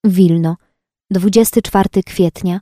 Wilno, 24 kwietnia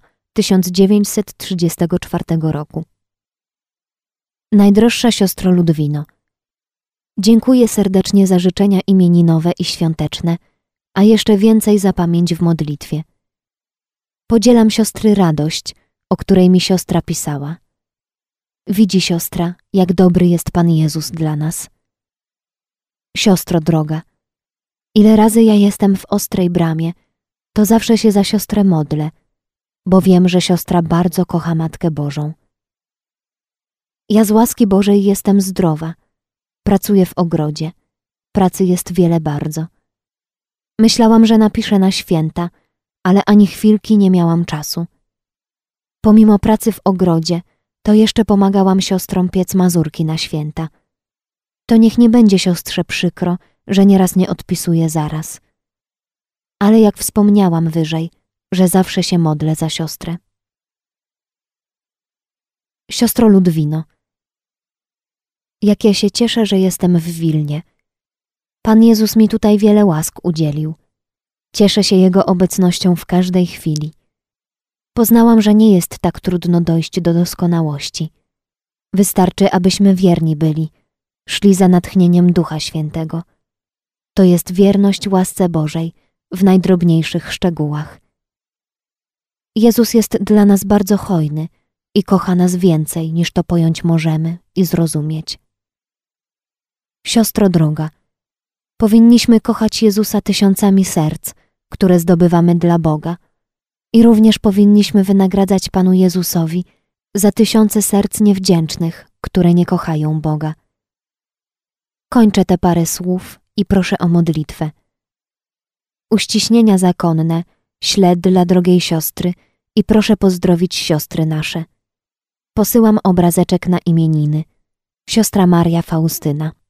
1934 roku. Najdroższa siostro Ludwino, dziękuję serdecznie za życzenia imieninowe i świąteczne, a jeszcze więcej za pamięć w modlitwie. Podzielam siostry radość, o której mi siostra pisała. Widzi siostra, jak dobry jest Pan Jezus dla nas. Siostro droga, ile razy ja jestem w ostrej bramie, to zawsze się za siostrę modlę, bo wiem, że siostra bardzo kocha Matkę Bożą. Ja z łaski Bożej jestem zdrowa, pracuję w ogrodzie, pracy jest wiele bardzo. Myślałam, że napiszę na święta, ale ani chwilki nie miałam czasu. Pomimo pracy w ogrodzie, to jeszcze pomagałam siostrom piec mazurki na święta. To niech nie będzie siostrze przykro, że nieraz nie odpisuję zaraz. Ale jak wspomniałam wyżej, że zawsze się modlę za siostrę. Siostro Ludwino, jak ja się cieszę, że jestem w Wilnie. Pan Jezus mi tutaj wiele łask udzielił. Cieszę się Jego obecnością w każdej chwili. Poznałam, że nie jest tak trudno dojść do doskonałości. Wystarczy, abyśmy wierni byli, szli za natchnieniem Ducha Świętego. To jest wierność łasce Bożej w najdrobniejszych szczegółach. Jezus jest dla nas bardzo hojny i kocha nas więcej, niż to pojąć możemy i zrozumieć. Siostro droga, powinniśmy kochać Jezusa tysiącami serc, które zdobywamy dla Boga, i również powinniśmy wynagradzać Panu Jezusowi za tysiące serc niewdzięcznych, które nie kochają Boga. Kończę te parę słów i proszę o modlitwę. Uściśnienia zakonne ślę dla drogiej siostry i proszę pozdrowić siostry nasze. Posyłam obrazeczek na imieniny. Siostra Maria Faustyna.